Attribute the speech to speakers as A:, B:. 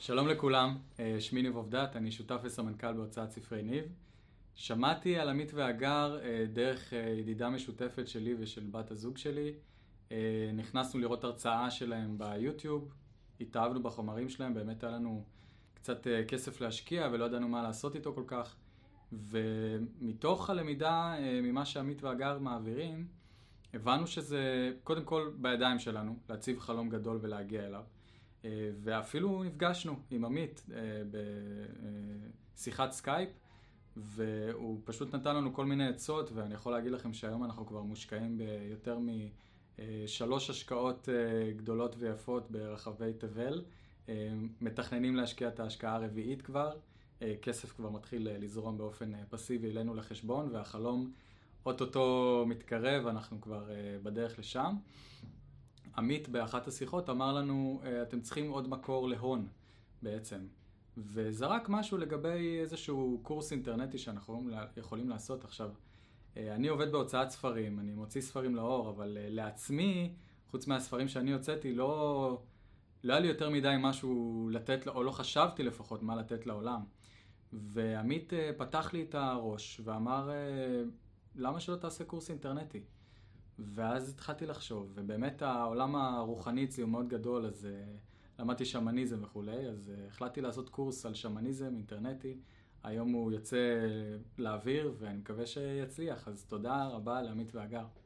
A: שלום לכולם, שמי ניב עובדת, אני שותף וסמנכ"ל בהוצאת ספרי ניב. שמעתי על עמית והגר דרך ידידה משותפת שלי ושל בת הזוג שלי. נכנסנו לראות הרצאה שלהם ביוטיוב, התאהבנו בחומרים שלהם, באמת היה לנו קצת כסף להשקיע ולא ידענו מה לעשות איתו כל כך. ומתוך הלמידה ממה שעמית והגר מעבירים, הבנו שזה קודם כל בידיים שלנו, להציב חלום גדול ולהגיע אליו. ואפילו נפגשנו עם עמית בשיחת סקייפ, והוא פשוט נתן לנו כל מיני עצות, ואני יכול להגיד לכם שהיום אנחנו כבר מושקעים ביותר מ3 השקעות גדולות ויפות ברחבי תבל. מתכננים להשקיע את ההשקעה הרביעית כבר, כסף כבר מתחיל לזרום באופן פסיבי אלינו לחשבון, והחלום אוטוטו מתקרב, אנחנו כבר בדרך לשם. עמית באחת השיחות אמר לנו, אתם צריכים עוד מקור להון בעצם. וזרק משהו לגבי איזשהו קורס אינטרנטי שאנחנו יכולים לעשות עכשיו. אני עובד בהוצאת ספרים, אני מוציא ספרים לאור, אבל לעצמי, חוץ מהספרים שאני הוצאתי, לא היה לי יותר מדי משהו לתת, או לא חשבתי לפחות מה לתת לעולם. ועמית פתח לי את הראש ואמר, למה שלא תעשה קורס אינטרנטי? ואז התחלתי לחשוב, ובאמת העולם הרוחני אצלי הוא מאוד גדול, אז למדתי שמניזם וכולי, אז החלטתי לעשות קורס על שמניזם אינטרנטי. היום הוא יוצא לאוויר ואני מקווה שיצליח, אז תודה רבה לעמית והגר.